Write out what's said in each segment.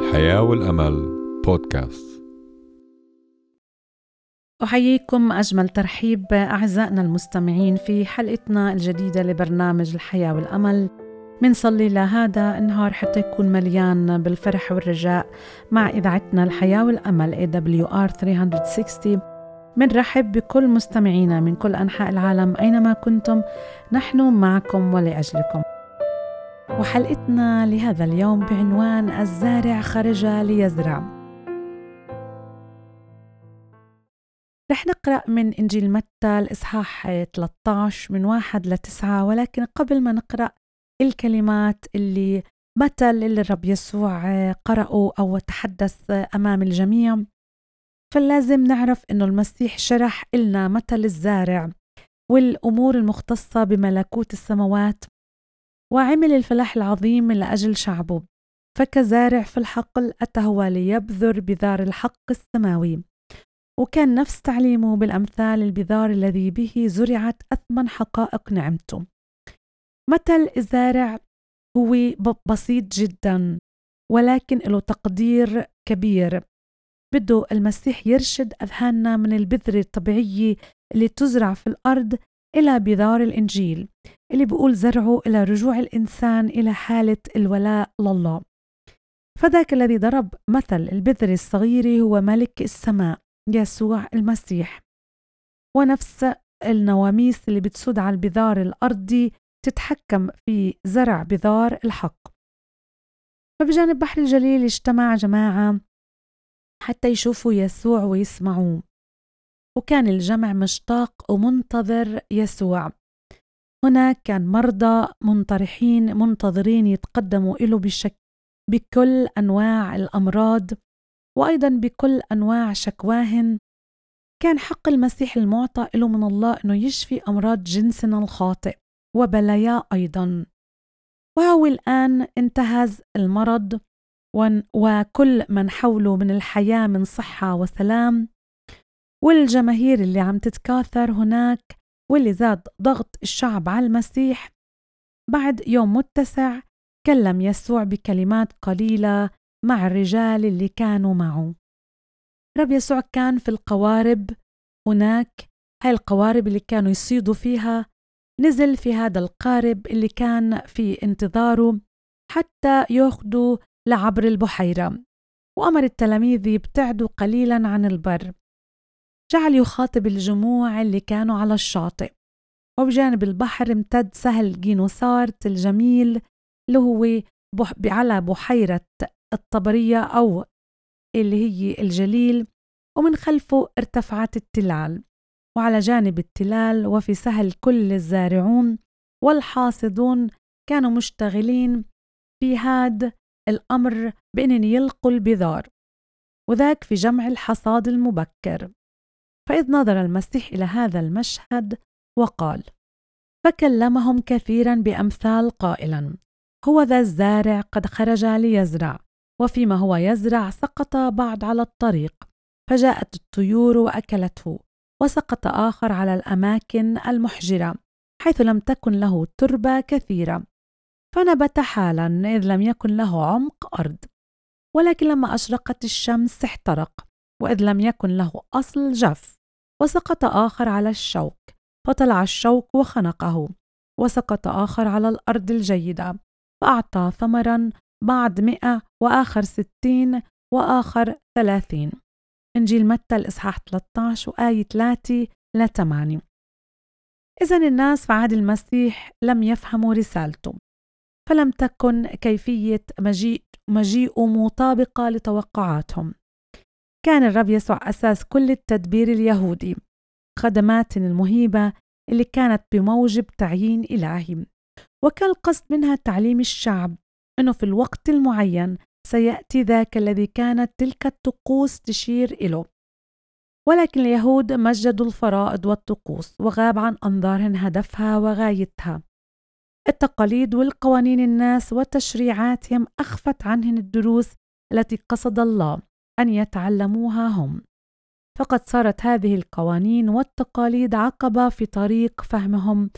الحياة والأمل بودكاست. أحييكم أجمل ترحيب أعزائنا المستمعين في حلقتنا الجديدة لبرنامج الحياة والأمل. منصلي لهذا النهار حتى يكون مليان بالفرح والرجاء مع إذاعتنا الحياة والأمل AWR 360. منرحب بكل مستمعينا من كل أنحاء العالم أينما كنتم، نحن معكم ولأجلكم. وحلقتنا لهذا اليوم بعنوان الزارع خرج ليزرع. رح نقرأ من إنجيل متى الإصحاح 13 من 1-9، ولكن قبل ما نقرأ الكلمات مثل اللي الرب يسوع قرأه أو تحدث أمام الجميع، فلازم نعرف إنه المسيح شرح لنا مثل الزارع والأمور المختصة بملكوت السماوات، وعمل الفلاح العظيم لأجل شعبه. فكزارع في الحقل أتى هو ليبذر بذار الحق السماوي، وكان نفس تعليمه بالأمثال البذار الذي به زرعت أثمن حقائق نعمته. مثل الزارع هو بسيط جدا، ولكن له تقدير كبير. بده المسيح يرشد أذهاننا من البذرة الطبيعية اللي تزرع في الأرض إلى بذار الإنجيل اللي بيقول زرعه إلى رجوع الإنسان إلى حالة الولاء لله. فذاك الذي ضرب مثل البذرة الصغيرة هو ملك السماء يسوع المسيح، ونفس النواميس اللي بتسود على البذار الأرضي تتحكم في زرع بذار الحق. فبجانب بحر الجليل اجتمع جماعة حتى يشوفوا يسوع ويسمعوه، وكان الجمع مشتاق ومنتظر يسوع. هناك كان مرضى منطرحين منتظرين يتقدموا له بكل أنواع الأمراض، وأيضا بكل أنواع شكواهن. كان حق المسيح المعطى له من الله أنه يشفي أمراض جنسنا الخاطئ وبلايا أيضا. وهو الآن انتهز المرض وكل من حوله من الحياة من صحة وسلام، والجماهير اللي عم تتكاثر هناك، واللي زاد ضغط الشعب على المسيح. بعد يوم متسع كلم يسوع بكلمات قليلة مع الرجال اللي كانوا معه. رب يسوع كان في القوارب هناك، هاي القوارب اللي كانوا يصيدوا فيها. نزل في هذا القارب اللي كان في انتظاره حتى يأخذوا لعبر البحيرة، وأمر التلاميذ يبتعدوا قليلا عن البر. جعل يخاطب الجموع اللي كانوا على الشاطئ، وبجانب البحر امتد سهل جينوسارت الجميل اللي هو على بحيرة الطبرية أو اللي هي الجليل، ومن خلفه ارتفعت التلال، وعلى جانب التلال وفي سهل كل الزارعون والحاصدون كانوا مشتغلين في هذا الأمر بأن يلقوا البذار، وذاك في جمع الحصاد المبكر. فإذ نظر المسيح إلى هذا المشهد وقال، فكلمهم كثيرا بأمثال قائلا، هو ذا الزارع قد خرج ليزرع، وفيما هو يزرع سقط بعض على الطريق، فجاءت الطيور وأكلته، وسقط آخر على الأماكن المحجرة حيث لم تكن له تربة كثيرة، فنبت حالا إذ لم يكن له عمق أرض. ولكن لما أشرقت الشمس احترق، وإذ لم يكن له أصل جف. وسقط آخر على الشوك، فطلع الشوك وخنقه. وسقط آخر على الأرض الجيدة، فأعطى ثمرا، بعض 100 وآخر 60 وآخر 30. إنجيل متى الإصحاح 13 وآية 3-8. إذن الناس في عهد المسيح لم يفهموا رسالته، فلم تكن كيفية مجيئه مطابقة لتوقعاتهم. كان الرب يسوع أساس كل التدبير اليهودي، خدمات المهيبة اللي كانت بموجب تعيين إلهي، وكان القصد منها تعليم الشعب أنه في الوقت المعين سيأتي ذاك الذي كانت تلك الطقوس تشير إليه. ولكن اليهود مجدوا الفرائض والطقوس، وغاب عن أنظارهم هدفها وغايتها. التقاليد والقوانين الناس وتشريعاتهم أخفت عنهم الدروس التي قصد الله أن يتعلموها هم. فقد صارت هذه القوانين والتقاليد عقبة في طريق فهمهم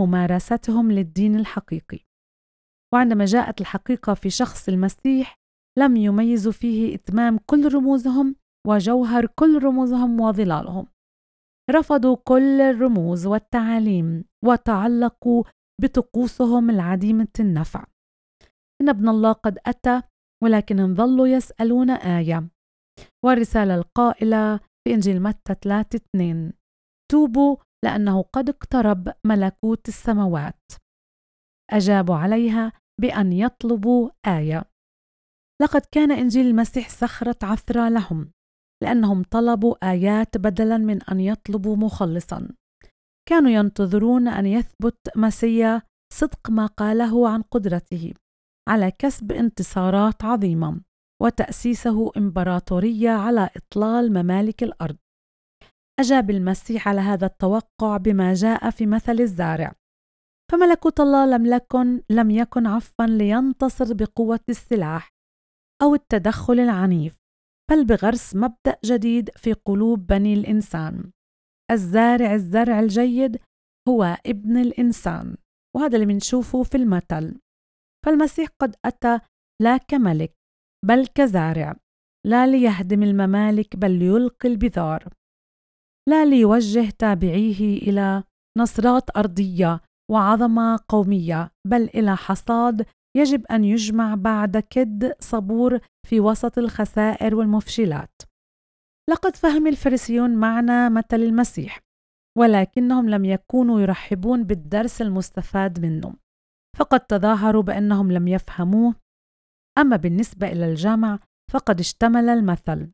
وممارستهم للدين الحقيقي. وعندما جاءت الحقيقة في شخص المسيح لم يميزوا فيه إتمام كل رموزهم وجوهر كل رموزهم وظلالهم. رفضوا كل الرموز والتعاليم وتعلقوا بطقوسهم العديمة النفع. إن ابن الله قد أتى، ولكن ظلوا يسألون آية. والرسالة القائلة في إنجيل متى 3:2: توبوا لأنه قد اقترب ملكوت السماوات. أجابوا عليها بأن يطلبوا آية. لقد كان إنجيل المسيح صخرة عثرة لهم، لأنهم طلبوا آيات بدلاً من أن يطلبوا مخلصاً. كانوا ينتظرون أن يثبت مسيا صدق ما قاله عن قدرته على كسب انتصارات عظيمة وتأسيسه إمبراطورية على إطلال ممالك الأرض. أجاب المسيح على هذا التوقع بما جاء في مثل الزارع: فملكوت الله لم يكن عفواً لينتصر بقوة السلاح أو التدخل العنيف، بل بغرس مبدأ جديد في قلوب بني الإنسان. الزرع الجيد هو ابن الإنسان، وهذا اللي بنشوفه في المثل. فالمسيح قد أتى لا كملك بل كزارع، لا ليهدم الممالك بل ليلقي البذار، لا ليوجه تابعيه إلى نصرات أرضية وعظمة قومية، بل إلى حصاد يجب أن يجمع بعد كد صبور في وسط الخسائر والمفشلات. لقد فهم الفريسيون معنى مثل المسيح، ولكنهم لم يكونوا يرحبون بالدرس المستفاد منه، فقد تظاهروا بأنهم لم يفهموه. أما بالنسبة إلى الجمع فقد اشتمل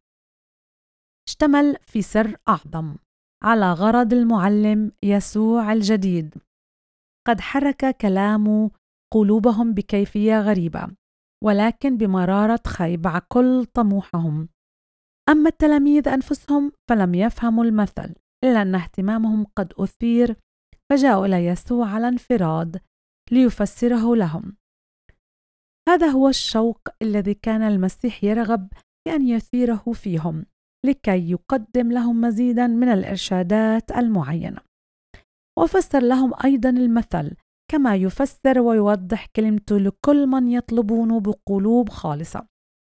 في سر أعظم على غرض المعلم يسوع الجديد. قد حرك كلام قلوبهم بكيفية غريبة، ولكن بمرارة خيبع كل طموحهم. أما التلاميذ أنفسهم فلم يفهموا المثل، إلا أن اهتمامهم قد أثير، فجاءوا إلى يسوع على انفراد ليفسره لهم. هذا هو الشوق الذي كان المسيح يرغب بأن يثيره فيهم، لكي يقدم لهم مزيدا من الإرشادات المعينة. وفسر لهم أيضا المثل كما يفسر ويوضح كلمته لكل من يطلبونه بقلوب خالصة.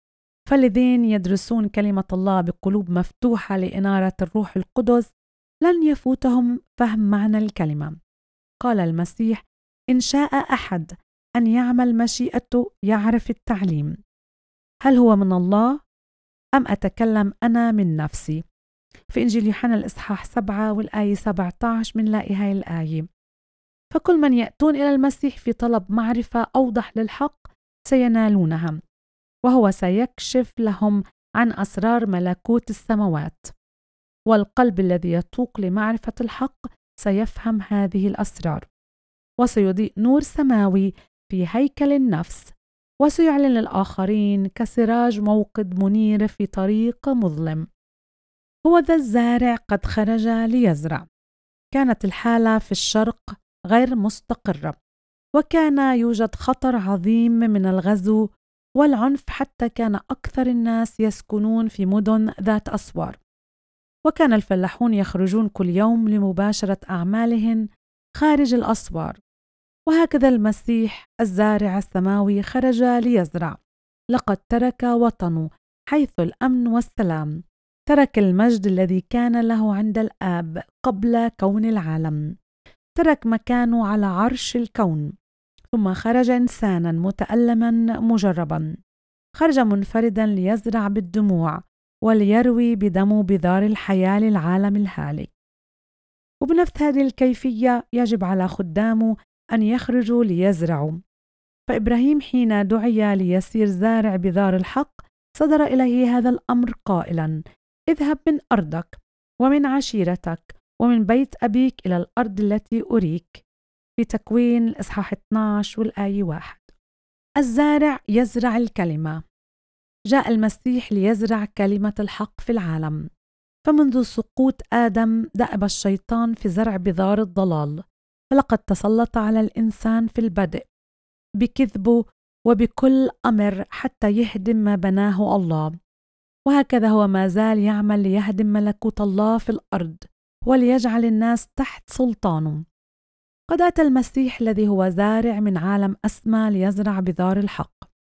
فالذين يدرسون كلمة الله بقلوب مفتوحة لإنارة الروح القدس لن يفوتهم فهم معنى الكلمة. قال المسيح: إن شاء أحد أن يعمل مشيئته يعرف التعليم. هل هو من الله أم أتكلم أنا من نفسي؟ في إنجيل يوحنا الإصحاح 7 والآية 17 منلاقي هاي الآية: فكل من يأتون إلى المسيح في طلب معرفة أوضح للحق سينالونها، وهو سيكشف لهم عن أسرار ملكوت السماوات. والقلب الذي يتوق لمعرفة الحق سيفهم هذه الأسرار، وسيضيء نور سماوي في هيكل النفس، وسيعلن للآخرين كسراج موقد منير في طريق مظلم. هو ذا الزارع قد خرج ليزرع. كانت الحالة في الشرق غير مستقرة، وكان يوجد خطر عظيم من الغزو والعنف، حتى كان أكثر الناس يسكنون في مدن ذات أسوار، وكان الفلاحون يخرجون كل يوم لمباشرة أعمالهم خارج الأسوار. وهكذا المسيح الزارع السماوي خرج ليزرع. لقد ترك وطنه حيث الأمن والسلام، ترك المجد الذي كان له عند الآب قبل كون العالم، ترك مكانه على عرش الكون، ثم خرج إنسانا متألما مجربا، خرج منفردا ليزرع بالدموع وليروي بدمه بذار الحياة للعالم الهالك. وبنفس هذه الكيفية يجب على خدامه أن يخرجوا ليزرعوا. فإبراهيم حين دعي ليصير زارع بذار الحق صدر إليه هذا الأمر قائلا: اذهب من أرضك ومن عشيرتك ومن بيت أبيك إلى الأرض التي أريك، في تكوين الإصحاح 12 والآية 1. الزارع يزرع الكلمة. جاء المسيح ليزرع كلمة الحق في العالم. فمنذ سقوط آدم دأب الشيطان في زرع بذار الضلال، فلقد تسلط على الإنسان في البدء بكذبه وبكل أمر حتى يهدم ما بناه الله. وهكذا هو ما زال يعمل ليهدم ملكوت الله في الأرض وليجعل الناس تحت سلطانه. قد أتى المسيح الذي هو زارع من عالم أسمى ليزرع بذار الحق.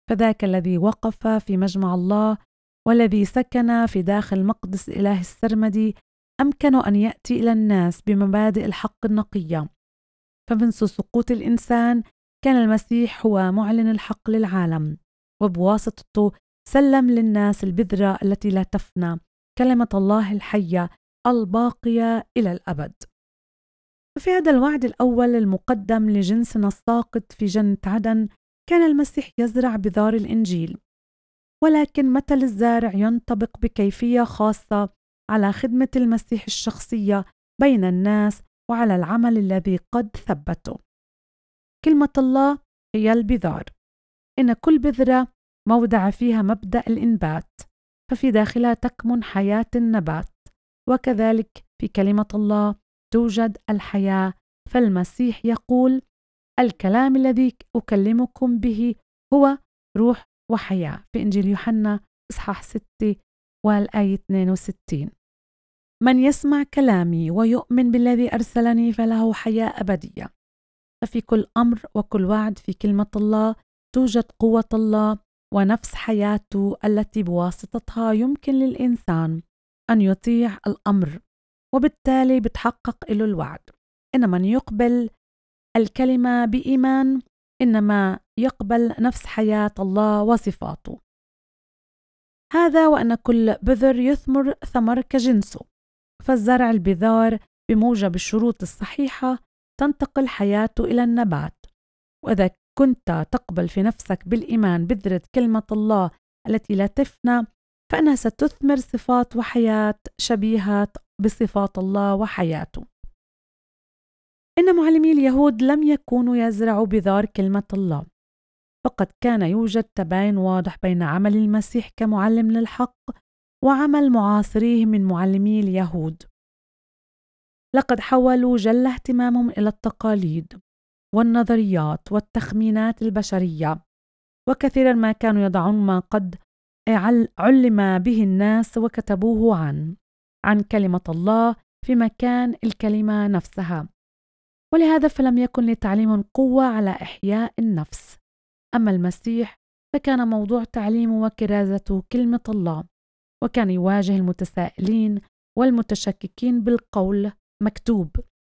فذاك الذي وقف في مجمع الله والذي سكن في داخل مقدس الإله السرمدي أمكن أن يأتي إلى الناس بمبادئ الحق النقية. فمنذ سقوط الإنسان كان المسيح هو معلن الحق للعالم، وبواسطته سلم للناس البذرة التي لا تفنى، كلمة الله الحية الباقية إلى الأبد. ففي هذا الوعد الأول المقدم لجنسنا الساقط في جنة عدن كان المسيح يزرع بذار الإنجيل، ولكن مثل الزارع ينطبق بكيفية خاصة على خدمة المسيح الشخصية بين الناس وعلى العمل الذي قد ثبته. كلمة الله هي البذار، إن كل بذرة موضع فيها مبدأ الإنبات، ففي داخلها تكمن حياة النبات، وكذلك في كلمة الله توجد الحياة. فالمسيح يقول: الكلام الذي أكلمكم به هو روح وحياة، في إنجيل يوحنا إصحاح 6 والآية 62. من يسمع كلامي ويؤمن بالذي أرسلني فله حياة أبدية. ففي كل أمر وكل وعد في كلمة الله توجد قوة الله ونفس حياته التي بواسطتها يمكن للإنسان أن يطيع الأمر، وبالتالي بتحقق له الوعد. إن من يقبل الكلمة بإيمان إنما يقبل نفس حياة الله وصفاته. هذا وأن كل بذر يثمر ثمر كجنسه، فالزرع البذار بموجب الشروط الصحيحة تنتقل حياته إلى النبات. وإذا كنت تقبل في نفسك بالإيمان بذرة كلمة الله التي لا تفنى، فإنها ستثمر صفات وحياة شبيهة بصفات الله وحياته. إن معلمي اليهود لم يكونوا يزرعوا بذار كلمة الله، فقد كان يوجد تباين واضح بين عمل المسيح كمعلم للحق وعمل معاصريه من معلمي اليهود. لقد حولوا جل اهتمامهم إلى التقاليد والنظريات والتخمينات البشرية، وكثيرا ما كانوا يضعون ما قد علم به الناس وكتبوه عن كلمة الله في مكان الكلمة نفسها، ولهذا فلم يكن لتعليم قوة على إحياء النفس. أما المسيح فكان موضوع تعليمه وكرازته كلمة الله، وكان يواجه المتسائلين والمتشككين بالقول: مكتوب،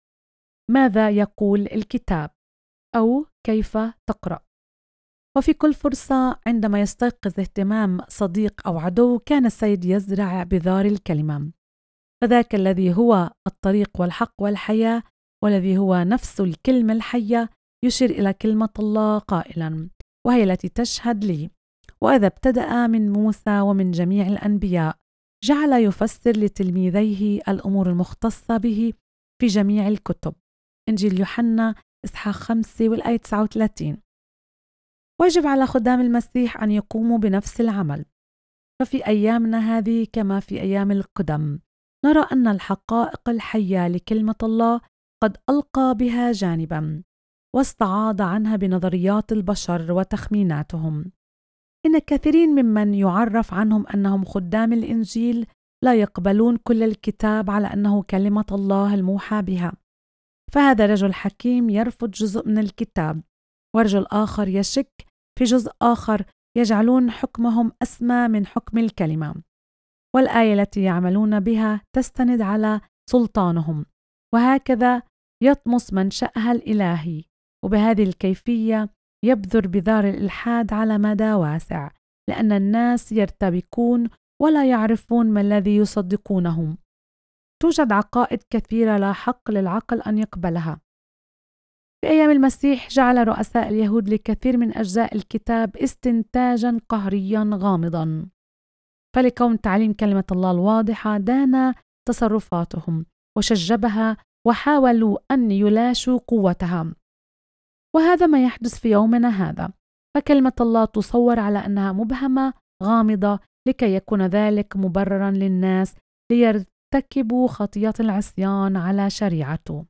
ماذا يقول الكتاب؟ أو كيف تقرأ؟ وفي كل فرصة عندما يستيقظ اهتمام صديق أو عدو كان السيد يزرع بذار الكلمة، فذاك الذي هو الطريق والحق والحياة والذي هو نفس الكلمة الحية يشير إلى كلمة الله قائلا: وهي التي تشهد لي. وإذا ابتدأ من موسى ومن جميع الأنبياء جعل يفسر لتلميذيه الأمور المختصة به في جميع الكتب. إنجيل يوحنا إصحاح 5 والآية 39. واجب على خدام المسيح أن يقوموا بنفس العمل. ففي أيامنا هذه كما في أيام القدم نرى أن الحقائق الحية لكلمة الله قد ألقى بها جانبا واستعاض عنها بنظريات البشر وتخميناتهم. إن كثيرين ممن يعرف عنهم أنهم خدام الإنجيل لا يقبلون كل الكتاب على أنه كلمة الله الموحى بها، فهذا رجل حكيم يرفض جزء من الكتاب، ورجل آخر يشك في جزء آخر، يجعلون حكمهم أسمى من حكم الكلمة، والآية التي يعملون بها تستند على سلطانهم، وهكذا يطمس منشأها الإلهي. وبهذه الكيفية يبذر بذار الإلحاد على مدى واسع، لأن الناس يرتبكون ولا يعرفون ما الذي يصدقونه. توجد عقائد كثيرة لا حق للعقل أن يقبلها. في أيام المسيح جعل رؤساء اليهود لكثير من أجزاء الكتاب استنتاجا قهريا غامضا، فلكون تعليم كلمة الله الواضحة دان تصرفاتهم وشجبها وحاولوا أن يلاشوا قوتها. وهذا ما يحدث في يومنا هذا، فكلمة الله تصور على أنها مبهمة غامضة لكي يكون ذلك مبررا للناس ليرتكبوا خطية العصيان على شريعته.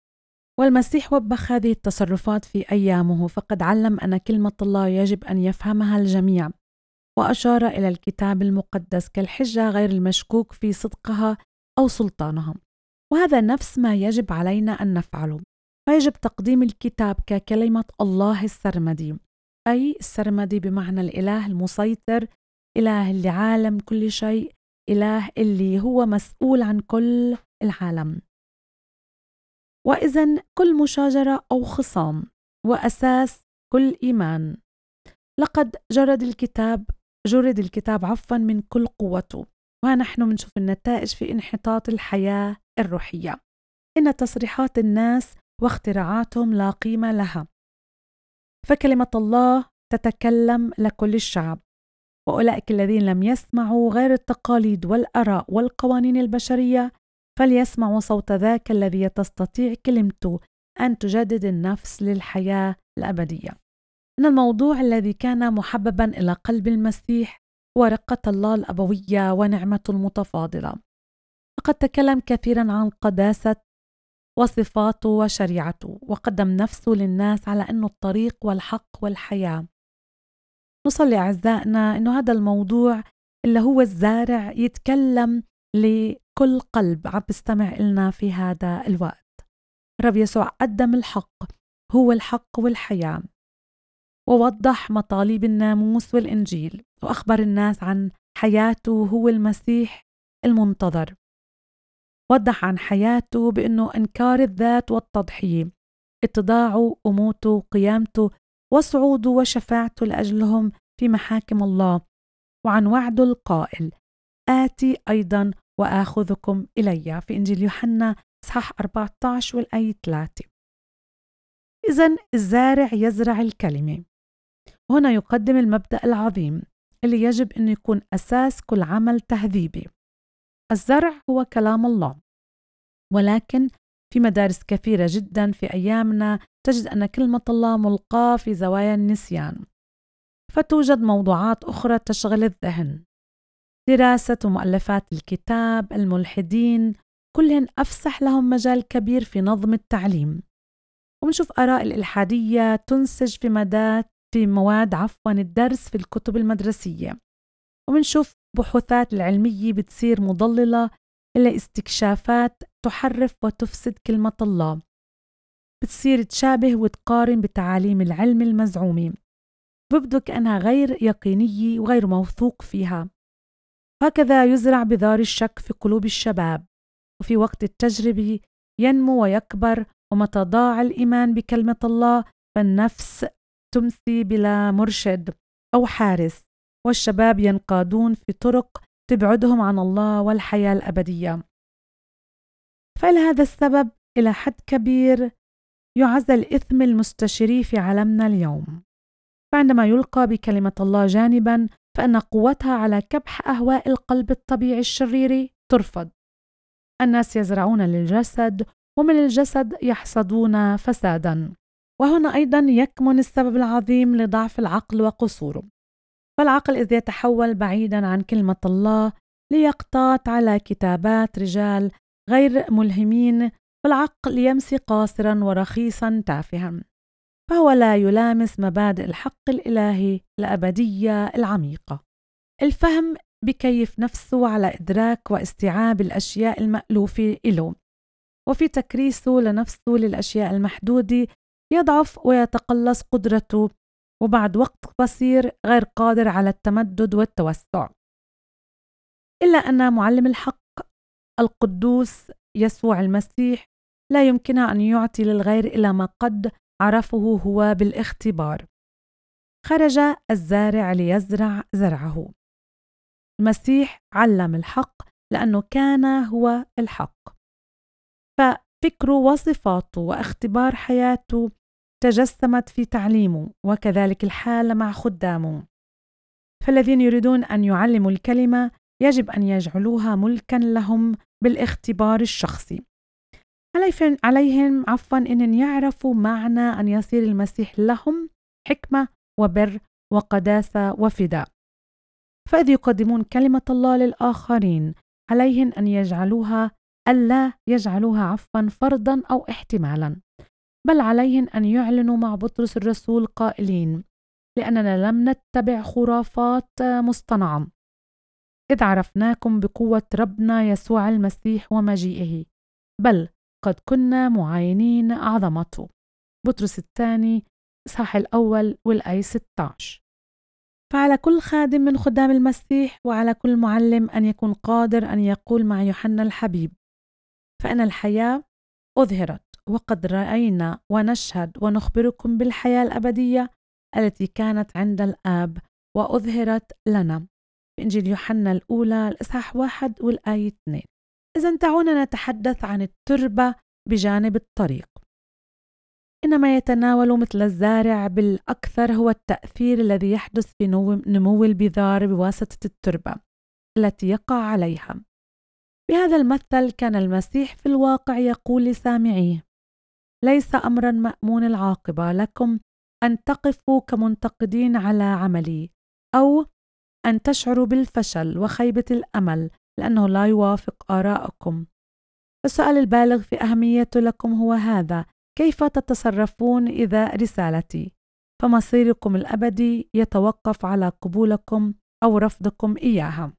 والمسيح وبخ هذه التصرفات في أيامه، فقد علم أن كلمة الله يجب أن يفهمها الجميع، وأشار إلى الكتاب المقدس كالحجة غير المشكوك في صدقها أو سلطانها، وهذا نفس ما يجب علينا أن نفعله. فيجب تقديم الكتاب ككلمة الله السرمدي أي السرمدي بمعنى الإله المسيطر، إله اللي عالم كل شيء، إله اللي هو مسؤول عن كل العالم. وإذن كل مشاجرة أو خصام وأساس كل إيمان. لقد جرد الكتاب من كل قوته، ونحن منشوف النتائج في انحطاط الحياة الروحية. إن تصريحات الناس واختراعاتهم لا قيمة لها، فكلمة الله تتكلم لكل الشعب، وأولئك الذين لم يسمعوا غير التقاليد والآراء والقوانين البشرية فليسمعوا صوت ذاك الذي تستطيع كلمته أن تجدد النفس للحياة الأبدية. إن الموضوع الذي كان محببا إلى قلب المسيح هو رقة الله الأبوية ونعمته المتفاضلة. فقد تكلم كثيرا عن قداسة وصفاته وشريعته، وقدم نفسه للناس على أنه الطريق والحق والحياة. نصلي أعزائنا أنه هذا الموضوع اللي هو الزارع يتكلم لكل قلب عم بيستمع إلنا في هذا الوقت. الرب يسوع قدم الحق، هو الحق والحياة، ووضح مطالب الناموس والإنجيل، وأخبر الناس عن حياته هو المسيح المنتظر. وضح عن حياته بأنه إنكار الذات والتضحية، اتضاعه وموته وقيامته وصعوده وشفاعته لأجلهم في محاكم الله، وعن وعده القائل آتي أيضا وآخذكم إلي في إنجيل يوحنا إصحاح 14 والآية 3. إذن الزارع يزرع الكلمة. هنا يقدم المبدأ العظيم اللي يجب أن يكون أساس كل عمل تهذيبي. الزرع هو كلام الله، ولكن في مدارس كثيرة جدا في أيامنا تجد أن كلمة الله ملقاة في زوايا النسيان، فتوجد موضوعات أخرى تشغل الذهن. دراسة ومؤلفات الكتاب، الملحدين كلهن أفسح لهم مجال كبير في نظم التعليم، ومنشوف آراء الإلحادية تنسج في مواد الدرس في الكتب المدرسية، ومنشوف بحوثات العلمية بتصير مضللة إلى استكشافات تحرف وتفسد كلمة الله، بتصير تشابه وتقارن بتعاليم العلم المزعومة، بيبدو كأنها غير يقينية وغير موثوق فيها. هكذا يزرع بذار الشك في قلوب الشباب، وفي وقت التجربة ينمو ويكبر، ومتى ضاع الإيمان بكلمة الله فالنفس تمسي بلا مرشد أو حارس، والشباب ينقادون في طرق تبعدهم عن الله والحياة الأبدية. فلهذا السبب إلى حد كبير يعزل إثم المستشري في عالمنا اليوم، فعندما يلقى بكلمة الله جانبا فإن قوتها على كبح أهواء القلب الطبيعي الشرير ترفض. الناس يزرعون للجسد، ومن الجسد يحصدون فسادا. وهنا أيضا يكمن السبب العظيم لضعف العقل وقصوره. فالعقل إذ يتحول بعيدا عن كلمة الله ليقتات على كتابات رجال غير ملهمين، فالعقل يمسي قاصرا ورخيصا تافها، فهو لا يلامس مبادئ الحق الإلهي الأبدية العميقة. الفهم بكيف نفسه على إدراك واستيعاب الأشياء المألوفة له، وفي تكريسه لنفسه للأشياء المحدودة يضعف ويتقلص قدرته، وبعد وقت قصير غير قادر على التمدد والتوسع. إلا أن معلم الحق القدوس يسوع المسيح لا يمكنها أن يعطي للغير إلا ما قد عرفه هو بالاختبار. خرج الزارع ليزرع زرعه. المسيح علم الحق لأنه كان هو الحق، ففكره وصفاته واختبار حياته تجسمت في تعليمه، وكذلك الحال مع خدامه. فالذين يريدون أن يعلموا الكلمة يجب أن يجعلوها ملكا لهم بالاختبار الشخصي. عليهم أن يعرفوا معنى أن يصير المسيح لهم حكمة وبر وقداسة وفداء. فإذ يقدمون كلمة الله للآخرين عليهم أن ألا يجعلوها فرضا أو احتمالا، بل عليهم أن يعلنوا مع بطرس الرسول قائلين: لأننا لم نتبع خرافات مصطنعة، إذ عرفناكم بقوة ربنا يسوع المسيح ومجيئه، بل قد كنا معاينين عظمته. بطرس الثاني إصحاح الأول والآية 16. فعلى كل خادم من خدام المسيح وعلى كل معلم أن يكون قادر أن يقول مع يوحنا الحبيب: فإن الحياة أظهرت، وقد رأينا ونشهد ونخبركم بالحياة الأبدية التي كانت عند الآب وأظهرت لنا. في إنجيل يوحنا الأولى الإصحاح 1 والآية 2. إذن دعونا نتحدث عن التربة بجانب الطريق. إنما يتناول مثل الزارع بالأكثر هو التأثير الذي يحدث في نمو البذار بواسطة التربة التي يقع عليها. بهذا المثل كان المسيح في الواقع يقول لسامعيه: ليس أمرا مأمون العاقبة لكم أن تقفوا كمنتقدين على عملي، أو أن تشعروا بالفشل وخيبة الأمل لأنه لا يوافق آراءكم. السؤال البالغ في أهميته لكم هو هذا: كيف تتصرفون إذا رسالتي؟ فمصيركم الأبدي يتوقف على قبولكم أو رفضكم إياها.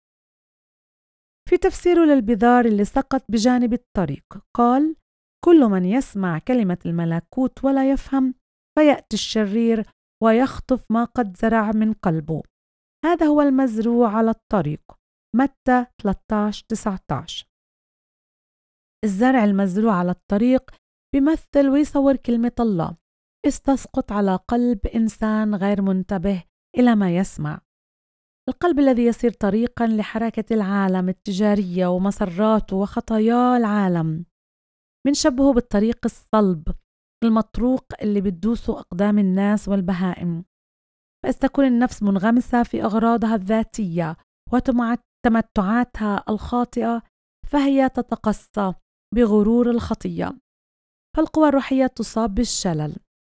في تفسيره للبذار اللي سقط بجانب الطريق قال: كل من يسمع كلمة الملكوت ولا يفهم، فيأتي الشرير ويخطف ما قد زرع من قلبه. هذا هو المزروع على الطريق. متى 13-19. الزرع المزروع على الطريق بيمثل ويصور كلمة الله استسقط على قلب إنسان غير منتبه إلى ما يسمع. القلب الذي يصير طريقا لحركة العالم التجارية ومسراته وخطايا العالم. بنشبهه بالطريق الصلب المطروق اللي بتدوسه أقدام الناس والبهائم. فإذا تكون النفس منغمسة في أغراضها الذاتية وتمتعاتها الخاطئة، فهي تتقصى بغرور الخطية، فالقوى الروحية تصاب بالشلل.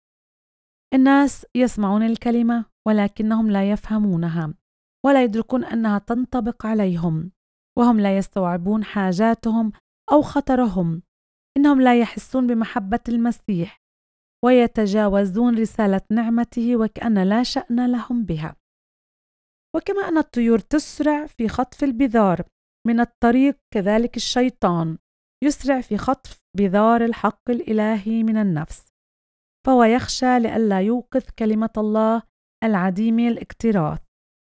الناس يسمعون الكلمة ولكنهم لا يفهمونها ولا يدركون أنها تنطبق عليهم، وهم لا يستوعبون حاجاتهم أو خطرهم. إنهم لا يحسون بمحبة المسيح ويتجاوزون رسالة نعمته وكأن لا شأن لهم بها. وكما أن الطيور تسرع في خطف البذار من الطريق، كذلك الشيطان يسرع في خطف بذار الحق الإلهي من النفس، فهو يخشى لئلا يوقظ كلمة الله العديم الاكتراث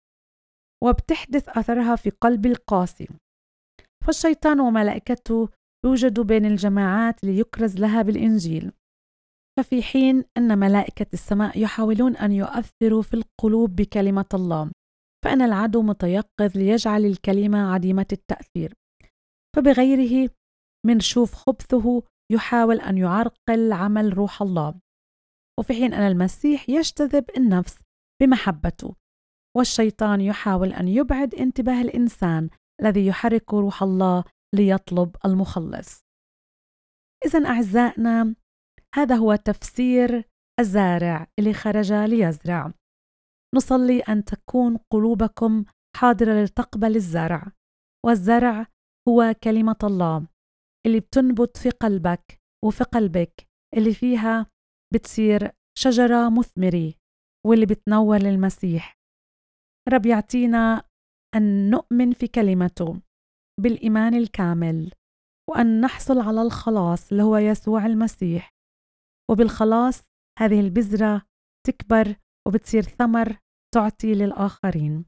وبتحدث أثرها في قلب القاسي. فالشيطان وملائكته يوجدوا بين الجماعات ليكرز لها بالإنجيل، ففي حين أن ملائكة السماء يحاولون أن يؤثروا في القلوب بكلمة الله، فإن العدو متيقظ ليجعل الكلمة عديمة التأثير، فبغيره من شوف خبثه يحاول أن يعرقل عمل روح الله. وفي حين أن المسيح يجتذب النفس بمحبته، والشيطان يحاول أن يبعد انتباه الإنسان الذي يحرك روح الله ليطلب المخلص. إذن أعزائنا، هذا هو تفسير الزارع اللي خرج ليزرع. نصلي أن تكون قلوبكم حاضرة لتقبل الزرع، والزرع هو كلمة الله اللي بتنبت في قلبك وفي قلبك، اللي فيها بتصير شجرة مثمرة واللي بتنور للمسيح. رب يعطينا أن نؤمن في كلمته بالإيمان الكامل، وأن نحصل على الخلاص اللي هو يسوع المسيح، وبالخلاص هذه البذرة تكبر وبتصير ثمر تعطي للآخرين.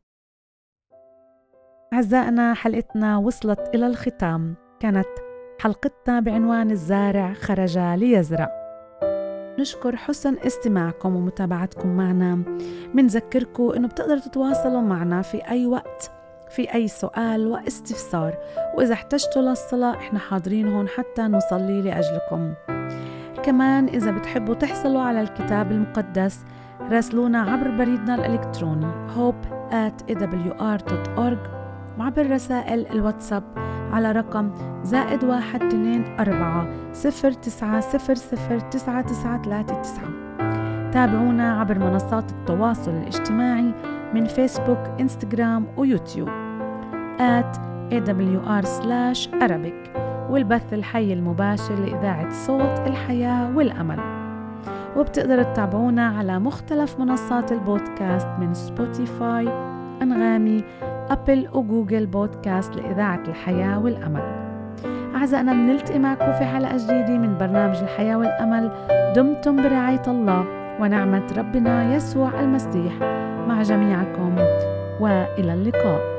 أعزائنا، حلقتنا وصلت إلى الختام. كانت حلقتنا بعنوان الزارع خرج ليزرع. نشكر حسن استماعكم ومتابعتكم معنا. منذكركم أنه بتقدروا تتواصلوا معنا في أي وقت في أي سؤال واستفسار، وإذا احتجتوا للصلاة إحنا حاضرين هون حتى نصلي لأجلكم. كمان إذا بتحبوا تحصلوا على الكتاب المقدس، راسلونا عبر بريدنا الإلكتروني hope@awr.org، وعبر رسائل الواتساب على رقم +1 2 4 0 9 0 0 9 9 3 9. تابعونا عبر منصات التواصل الاجتماعي من فيسبوك، إنستغرام ويوتيوب @awr/Arabic، والبث الحي المباشر لإذاعة صوت الحياة والأمل. وبتقدروا تتابعونا على مختلف منصات البودكاست من سبوتيفاي، أنغامي، أبل وجوجل بودكاست لإذاعة الحياة والأمل. أعزائنا، بنلتقي معكم في حلقة جديدة من برنامج الحياة والأمل. دمتم برعاية الله، ونعمة ربنا يسوع المسيح مع جميعكم، وإلى اللقاء.